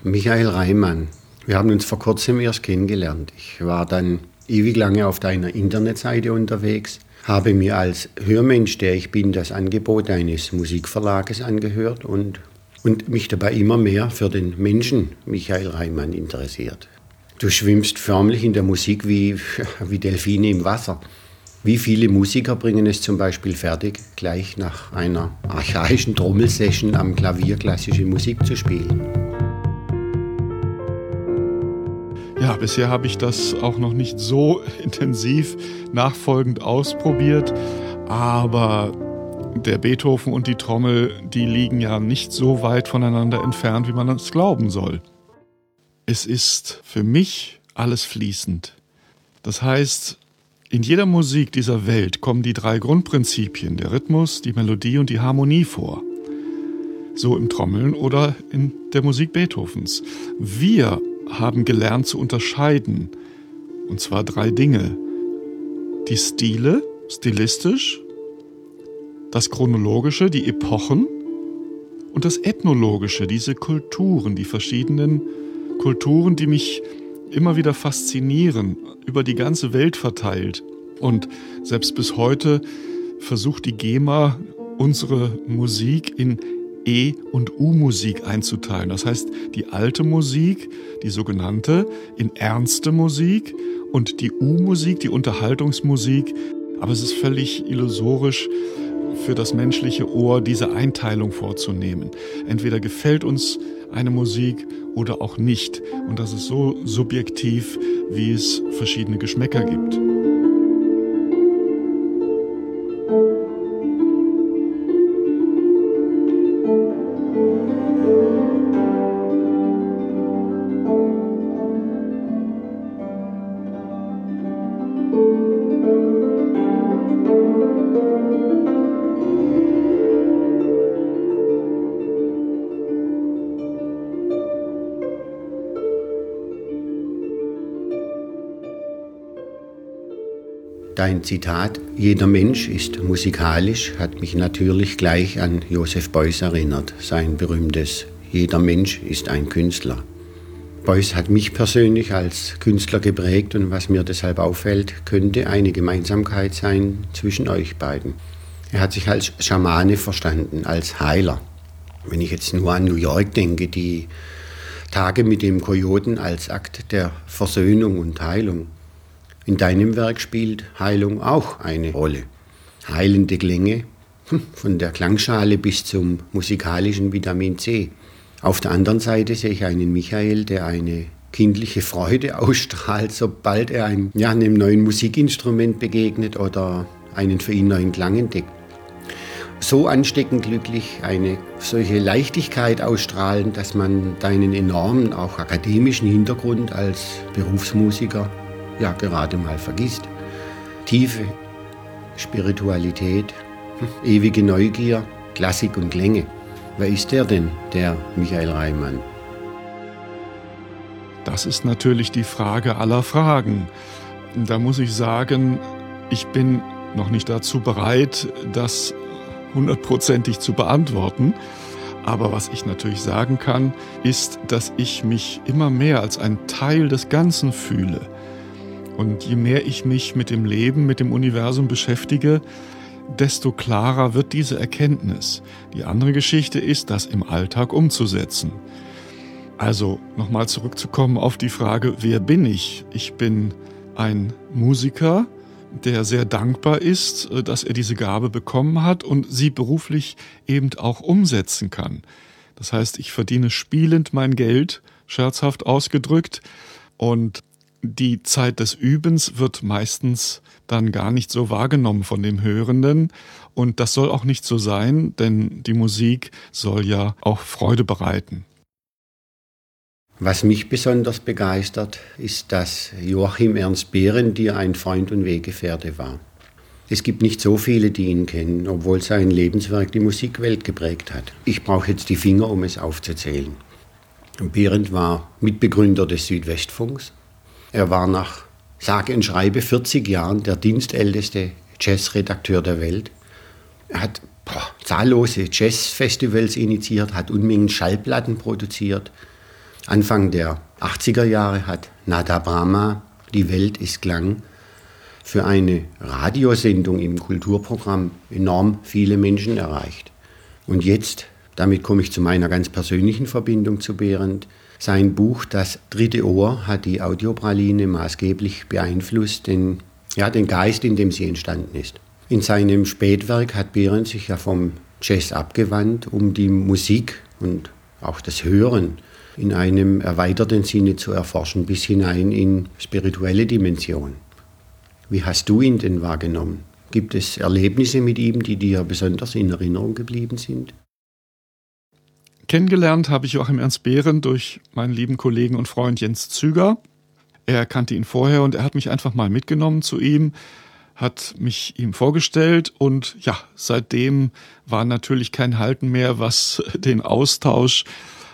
Michael Reimann. Wir haben uns vor kurzem erst kennengelernt. Ich war dann ewig lange auf deiner Internetseite unterwegs, habe mir als Hörmensch, der ich bin, das Angebot deines Musikverlages angehört und mich dabei immer mehr für den Menschen Michael Reimann interessiert. Du schwimmst förmlich in der Musik wie Delfine im Wasser. Wie viele Musiker bringen es zum Beispiel fertig, gleich nach einer archaischen Trommelsession am Klavier klassische Musik zu spielen? Ja, bisher habe ich das auch noch nicht so intensiv nachfolgend ausprobiert, aber der Beethoven und die Trommel, die liegen ja nicht so weit voneinander entfernt, wie man es glauben soll. Es ist für mich alles fließend. Das heißt, in jeder Musik dieser Welt kommen die 3 Grundprinzipien, der Rhythmus, die Melodie und die Harmonie vor. So im Trommeln oder in der Musik Beethovens. Wir haben gelernt zu unterscheiden, und zwar 3 Dinge. Die Stile, stilistisch, das Chronologische, die Epochen und das Ethnologische, diese Kulturen, die verschiedenen Kulturen, die mich immer wieder faszinieren, über die ganze Welt verteilt. Und selbst bis heute versucht die GEMA, unsere Musik in E- und U-Musik einzuteilen. Das heißt, die alte Musik, die sogenannte, in ernste Musik und die U-Musik, die Unterhaltungsmusik. Aber es ist völlig illusorisch für das menschliche Ohr, diese Einteilung vorzunehmen. Entweder gefällt uns eine Musik oder auch nicht. Und das ist so subjektiv, wie es verschiedene Geschmäcker gibt. Dein Zitat, jeder Mensch ist musikalisch, hat mich natürlich gleich an Joseph Beuys erinnert, sein berühmtes Jeder Mensch ist ein Künstler. Beuys hat mich persönlich als Künstler geprägt und was mir deshalb auffällt, könnte eine Gemeinsamkeit sein zwischen euch beiden. Er hat sich als Schamane verstanden, als Heiler. Wenn ich jetzt nur an New York denke, die Tage mit dem Kojoten als Akt der Versöhnung und Heilung. In deinem Werk spielt Heilung auch eine Rolle. Heilende Klänge, von der Klangschale bis zum musikalischen Vitamin C. Auf der anderen Seite sehe ich einen Michael, der eine kindliche Freude ausstrahlt, sobald er einem neuen Musikinstrument begegnet oder einen für ihn neuen Klang entdeckt. So ansteckend glücklich, eine solche Leichtigkeit ausstrahlen, dass man deinen enormen, auch akademischen Hintergrund als Berufsmusiker gerade mal vergisst. Tiefe, Spiritualität, ewige Neugier, Klassik und Klänge. Wer ist der denn, der Michael Reimann? Das ist natürlich die Frage aller Fragen. Da muss ich sagen, ich bin noch nicht dazu bereit, das 100%ig zu beantworten. Aber was ich natürlich sagen kann, ist, dass ich mich immer mehr als ein Teil des Ganzen fühle. Und je mehr ich mich mit dem Leben, mit dem Universum beschäftige, desto klarer wird diese Erkenntnis. Die andere Geschichte ist, das im Alltag umzusetzen. Also nochmal zurückzukommen auf die Frage, wer bin ich? Ich bin ein Musiker, der sehr dankbar ist, dass er diese Gabe bekommen hat und sie beruflich eben auch umsetzen kann. Das heißt, ich verdiene spielend mein Geld, scherzhaft ausgedrückt, und die Zeit des Übens wird meistens dann gar nicht so wahrgenommen von dem Hörenden. Und das soll auch nicht so sein, denn die Musik soll ja auch Freude bereiten. Was mich besonders begeistert, ist, dass Joachim Ernst Behrendt dir ein Freund und Weggefährte war. Es gibt nicht so viele, die ihn kennen, obwohl sein Lebenswerk die Musikwelt geprägt hat. Ich brauche jetzt die Finger, um es aufzuzählen. Behrendt war Mitbegründer des Südwestfunks. Er war nach sage und schreibe 40 Jahren der dienstälteste Jazzredakteur der Welt. Er hat zahllose Jazzfestivals initiiert, hat Unmengen Schallplatten produziert. Anfang der 80er Jahre hat Nada Brahma Die Welt ist Klang für eine Radiosendung im Kulturprogramm enorm viele Menschen erreicht. Und jetzt, damit komme ich zu meiner ganz persönlichen Verbindung zu Behrendt, sein Buch Das dritte Ohr hat die Audiopraline maßgeblich beeinflusst, den Geist, in dem sie entstanden ist. In seinem Spätwerk hat Behrendt sich ja vom Jazz abgewandt, um die Musik und auch das Hören in einem erweiterten Sinne zu erforschen, bis hinein in spirituelle Dimension. Wie hast du ihn denn wahrgenommen? Gibt es Erlebnisse mit ihm, die dir besonders in Erinnerung geblieben sind? Kennengelernt habe ich Joachim Ernst Behrendt durch meinen lieben Kollegen und Freund Jens Züger. Er kannte ihn vorher und er hat mich einfach mal mitgenommen zu ihm, hat mich ihm vorgestellt und ja, seitdem war natürlich kein Halten mehr, was den Austausch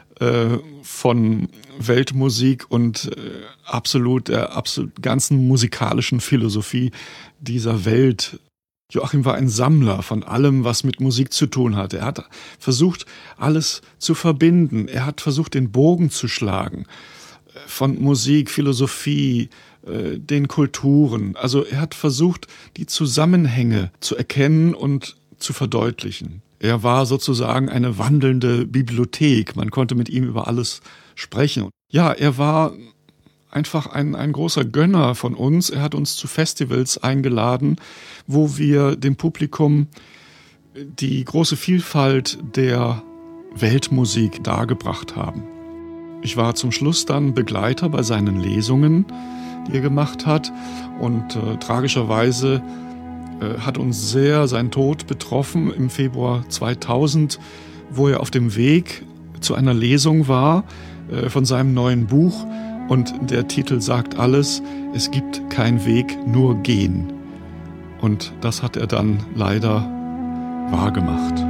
von Weltmusik und der ganzen musikalischen Philosophie dieser Welt. Joachim war ein Sammler von allem, was mit Musik zu tun hat. Er hat versucht, alles zu verbinden. Er hat versucht, den Bogen zu schlagen von Musik, Philosophie, den Kulturen. Also er hat versucht, die Zusammenhänge zu erkennen und zu verdeutlichen. Er war sozusagen eine wandelnde Bibliothek. Man konnte mit ihm über alles sprechen. Ja, er war einfach ein großer Gönner von uns. Er hat uns zu Festivals eingeladen, wo wir dem Publikum die große Vielfalt der Weltmusik dargebracht haben. Ich war zum Schluss dann Begleiter bei seinen Lesungen, die er gemacht hat. Und tragischerweise hat uns sehr sein Tod betroffen im Februar 2000, wo er auf dem Weg zu einer Lesung war von seinem neuen Buch. Und der Titel sagt alles, es gibt keinen Weg, nur gehen. Und das hat er dann leider wahrgemacht.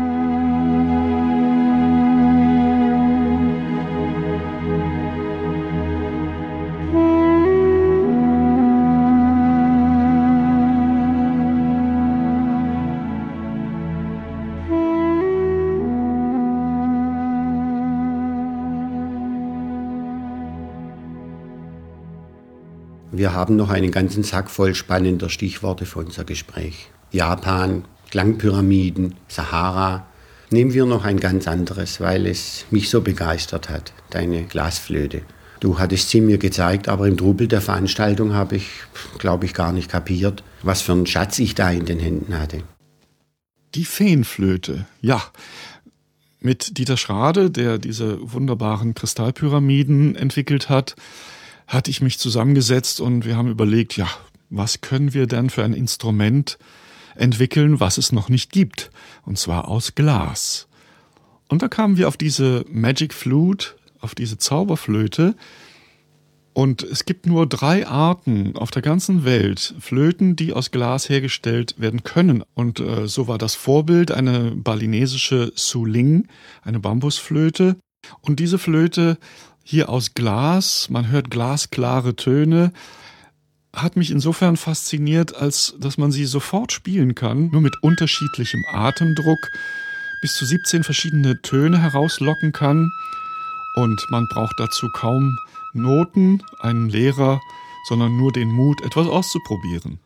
Wir haben noch einen ganzen Sack voll spannender Stichworte für unser Gespräch. Japan, Klangpyramiden, Sahara. Nehmen wir noch ein ganz anderes, weil es mich so begeistert hat, deine Glasflöte. Du hattest sie mir gezeigt, aber im Trubel der Veranstaltung habe ich, glaube ich, gar nicht kapiert, was für einen Schatz ich da in den Händen hatte. Die Feenflöte, ja. Mit Dieter Schrade, der diese wunderbaren Kristallpyramiden entwickelt hat, hatte ich mich zusammengesetzt und wir haben überlegt, ja, was können wir denn für ein Instrument entwickeln, was es noch nicht gibt, und zwar aus Glas. Und da kamen wir auf diese Magic Flute, auf diese Zauberflöte, und es gibt nur 3 Arten auf der ganzen Welt, Flöten, die aus Glas hergestellt werden können. Und so war das Vorbild eine balinesische Suling, eine Bambusflöte. Und diese Flöte hier aus Glas, man hört glasklare Töne, hat mich insofern fasziniert, als dass man sie sofort spielen kann, nur mit unterschiedlichem Atemdruck, bis zu 17 verschiedene Töne herauslocken kann. Und man braucht dazu kaum Noten, einen Lehrer, sondern nur den Mut, etwas auszuprobieren.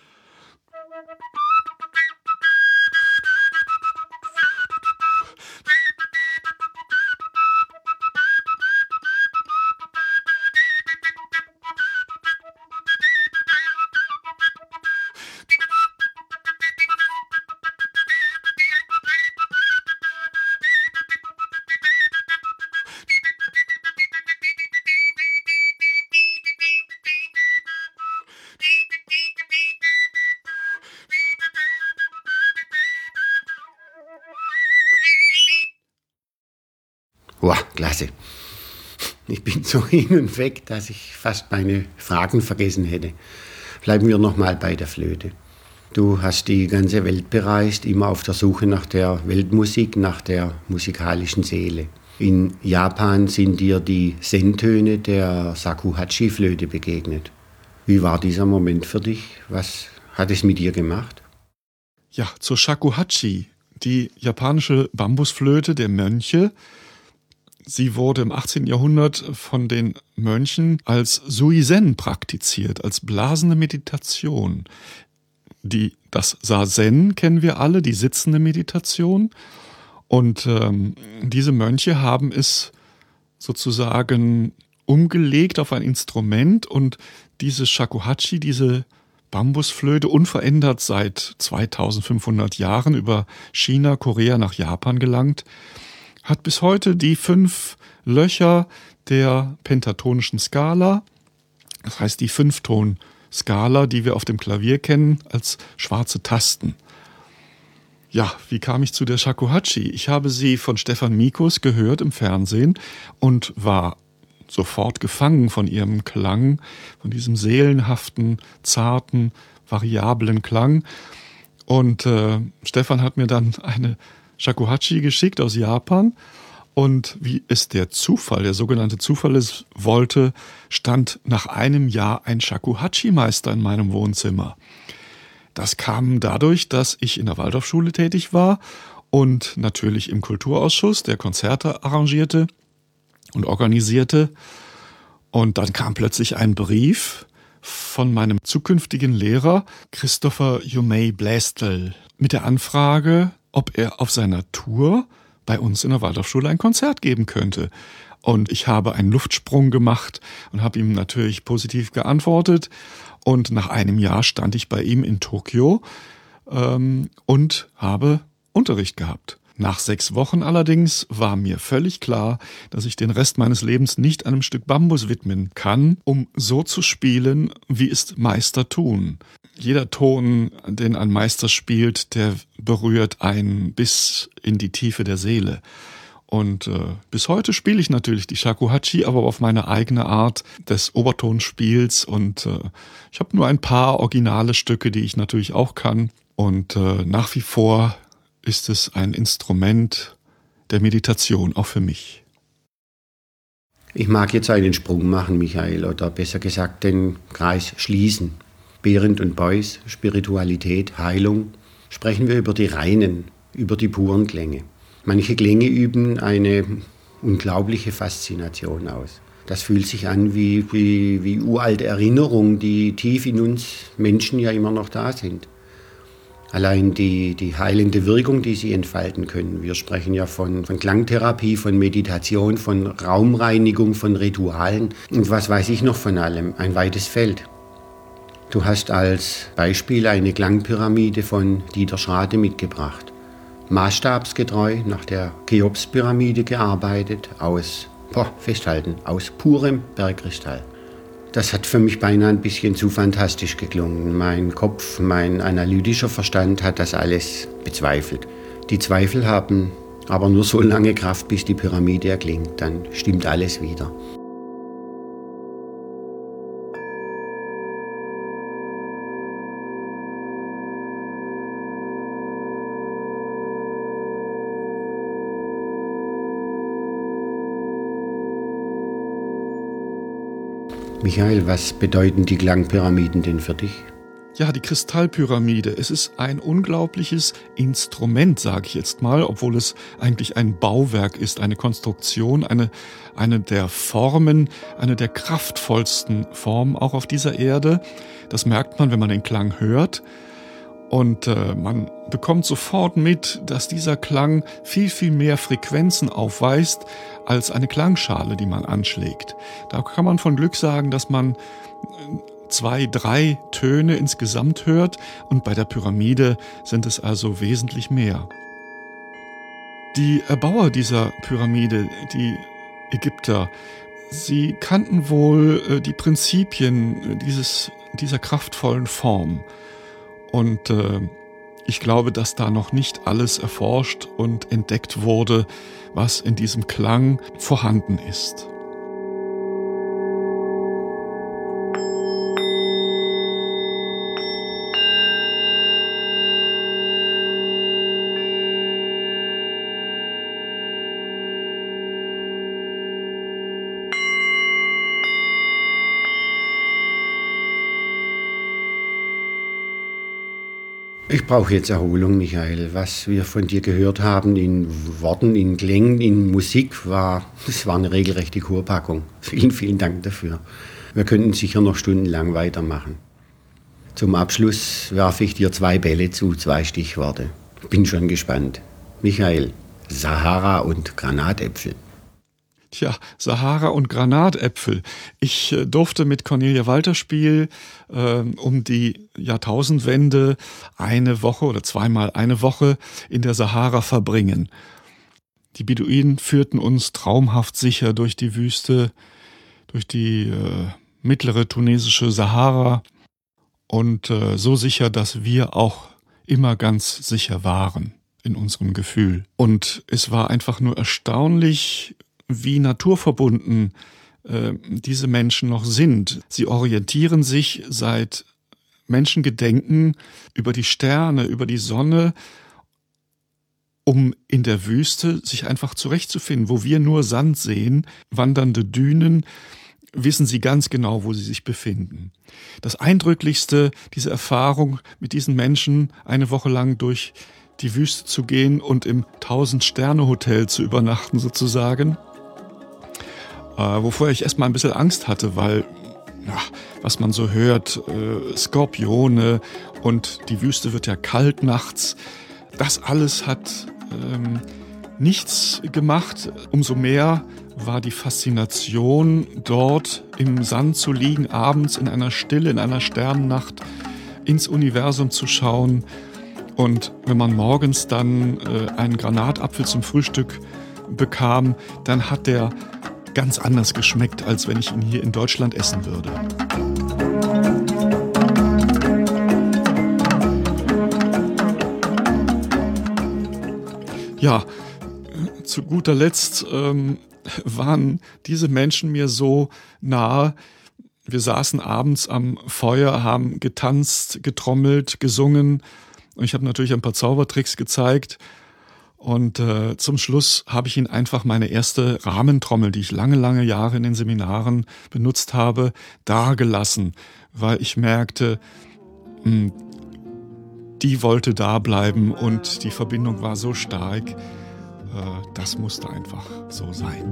Wow, klasse. Ich bin so hin und weg, dass ich fast meine Fragen vergessen hätte. Bleiben wir nochmal bei der Flöte. Du hast die ganze Welt bereist, immer auf der Suche nach der Weltmusik, nach der musikalischen Seele. In Japan sind dir die Zen-Töne der Shakuhachi-Flöte begegnet. Wie war dieser Moment für dich? Was hat es mit dir gemacht? Ja, zur Shakuhachi, die japanische Bambusflöte der Mönche, Sie wurde im 18. Jahrhundert von den Mönchen als Suizen praktiziert, als blasende Meditation. Das Sazen kennen wir alle, die sitzende Meditation. Und diese Mönche haben es sozusagen umgelegt auf ein Instrument und diese Shakuhachi, diese Bambusflöte, unverändert seit 2500 Jahren über China, Korea nach Japan gelangt, hat bis heute die 5 Löcher der pentatonischen Skala, das heißt die 5-Ton-Skala, die wir auf dem Klavier kennen, als schwarze Tasten. Ja, wie kam ich zu der Shakuhachi? Ich habe sie von Stefan Mikus gehört im Fernsehen und war sofort gefangen von ihrem Klang, von diesem seelenhaften, zarten, variablen Klang. Und Stefan hat mir dann eine Shakuhachi geschickt aus Japan. Und wie es der sogenannte Zufall wollte, stand nach einem Jahr ein Shakuhachi-Meister in meinem Wohnzimmer. Das kam dadurch, dass ich in der Waldorfschule tätig war und natürlich im Kulturausschuss, der Konzerte arrangierte und organisierte. Und dann kam plötzlich ein Brief von meinem zukünftigen Lehrer, Christopher Jumei Blästl, mit der Anfrage, ob er auf seiner Tour bei uns in der Waldorfschule ein Konzert geben könnte. Und ich habe einen Luftsprung gemacht und habe ihm natürlich positiv geantwortet. Und nach einem Jahr stand ich bei ihm in Tokio und habe Unterricht gehabt. Nach 6 Wochen allerdings war mir völlig klar, dass ich den Rest meines Lebens nicht einem Stück Bambus widmen kann, um so zu spielen, wie es Meister tun. Jeder Ton, den ein Meister spielt, der berührt einen bis in die Tiefe der Seele. Und bis heute spiele ich natürlich die Shakuhachi, aber auf meine eigene Art des Obertonspiels. Und ich habe nur ein paar originale Stücke, die ich natürlich auch kann. Und nach wie vor ist es ein Instrument der Meditation, auch für mich. Ich mag jetzt einen Sprung machen, Michael, oder besser gesagt den Kreis schließen. Behrendt und Beuys, Spiritualität, Heilung. Sprechen wir über die reinen, über die puren Klänge. Manche Klänge üben eine unglaubliche Faszination aus. Das fühlt sich an wie uralte Erinnerungen, die tief in uns Menschen ja immer noch da sind. Allein die heilende Wirkung, die sie entfalten können. Wir sprechen ja von Klangtherapie, von Meditation, von Raumreinigung, von Ritualen und was weiß ich noch von allem. Ein weites Feld. Du hast als Beispiel eine Klangpyramide von Dieter Schrade mitgebracht. Maßstabsgetreu nach der Cheops-Pyramide gearbeitet, aus purem Bergkristall. Das hat für mich beinahe ein bisschen zu fantastisch geklungen. Mein Kopf, mein analytischer Verstand hat das alles bezweifelt. Die Zweifel haben aber nur so lange Kraft, bis die Pyramide erklingt. Dann stimmt alles wieder. Michael, was bedeuten die Klangpyramiden denn für dich? Ja, die Kristallpyramide. Es ist ein unglaubliches Instrument, sage ich jetzt mal, obwohl es eigentlich ein Bauwerk ist, eine Konstruktion, eine der Formen, eine der kraftvollsten Formen auch auf dieser Erde. Das merkt man, wenn man den Klang hört. Und man bekommt sofort mit, dass dieser Klang viel, viel mehr Frequenzen aufweist als eine Klangschale, die man anschlägt. Da kann man von Glück sagen, dass man 2, 3 Töne insgesamt hört und bei der Pyramide sind es also wesentlich mehr. Die Erbauer dieser Pyramide, die Ägypter, sie kannten wohl die Prinzipien dieser kraftvollen Form. Und ich glaube, dass da noch nicht alles erforscht und entdeckt wurde, was in diesem Klang vorhanden ist. Ich brauche jetzt Erholung, Michael. Was wir von dir gehört haben in Worten, in Klängen, in Musik, das war eine regelrechte Kurpackung. Vielen, vielen Dank dafür. Wir könnten sicher noch stundenlang weitermachen. Zum Abschluss werfe ich dir 2 Bälle zu, 2 Stichworte. Bin schon gespannt. Michael, Sahara und Granatäpfel. Tja, Sahara und Granatäpfel. Ich durfte mit Cornelia Walterspiel um die Jahrtausendwende eine Woche oder zweimal eine Woche in der Sahara verbringen. Die Beduinen führten uns traumhaft sicher durch die Wüste, durch die mittlere tunesische Sahara und so sicher, dass wir auch immer ganz sicher waren in unserem Gefühl. Und es war einfach nur erstaunlich, wie naturverbunden diese Menschen noch sind. Sie orientieren sich seit Menschengedenken über die Sterne, über die Sonne, um in der Wüste sich einfach zurechtzufinden. Wo wir nur Sand sehen, wandernde Dünen, wissen sie ganz genau, wo sie sich befinden. Das Eindrücklichste, diese Erfahrung mit diesen Menschen, eine Woche lang durch die Wüste zu gehen und im 1000-Sterne-Hotel zu übernachten sozusagen, wovor ich erstmal ein bisschen Angst hatte, weil, was man so hört, Skorpione und die Wüste wird ja kalt nachts, das alles hat nichts gemacht. Umso mehr war die Faszination, dort im Sand zu liegen, abends in einer Stille, in einer Sternennacht, ins Universum zu schauen. Und wenn man morgens dann einen Granatapfel zum Frühstück bekam, dann hat der ganz anders geschmeckt, als wenn ich ihn hier in Deutschland essen würde. Ja, zu guter Letzt waren diese Menschen mir so nahe. Wir saßen abends am Feuer, haben getanzt, getrommelt, gesungen und ich habe natürlich ein paar Zaubertricks gezeigt. Und zum Schluss habe ich ihnen einfach meine erste Rahmentrommel, die ich lange, lange Jahre in den Seminaren benutzt habe, dagelassen, weil ich merkte, die wollte da bleiben und die Verbindung war so stark, das musste einfach so sein.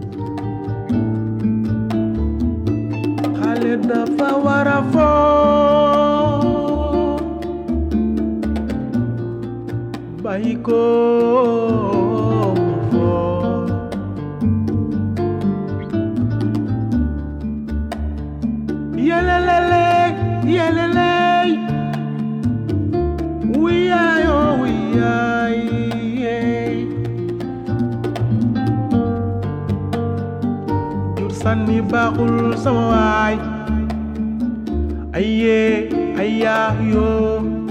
Sanni baaxul sama waay ayé ayya yo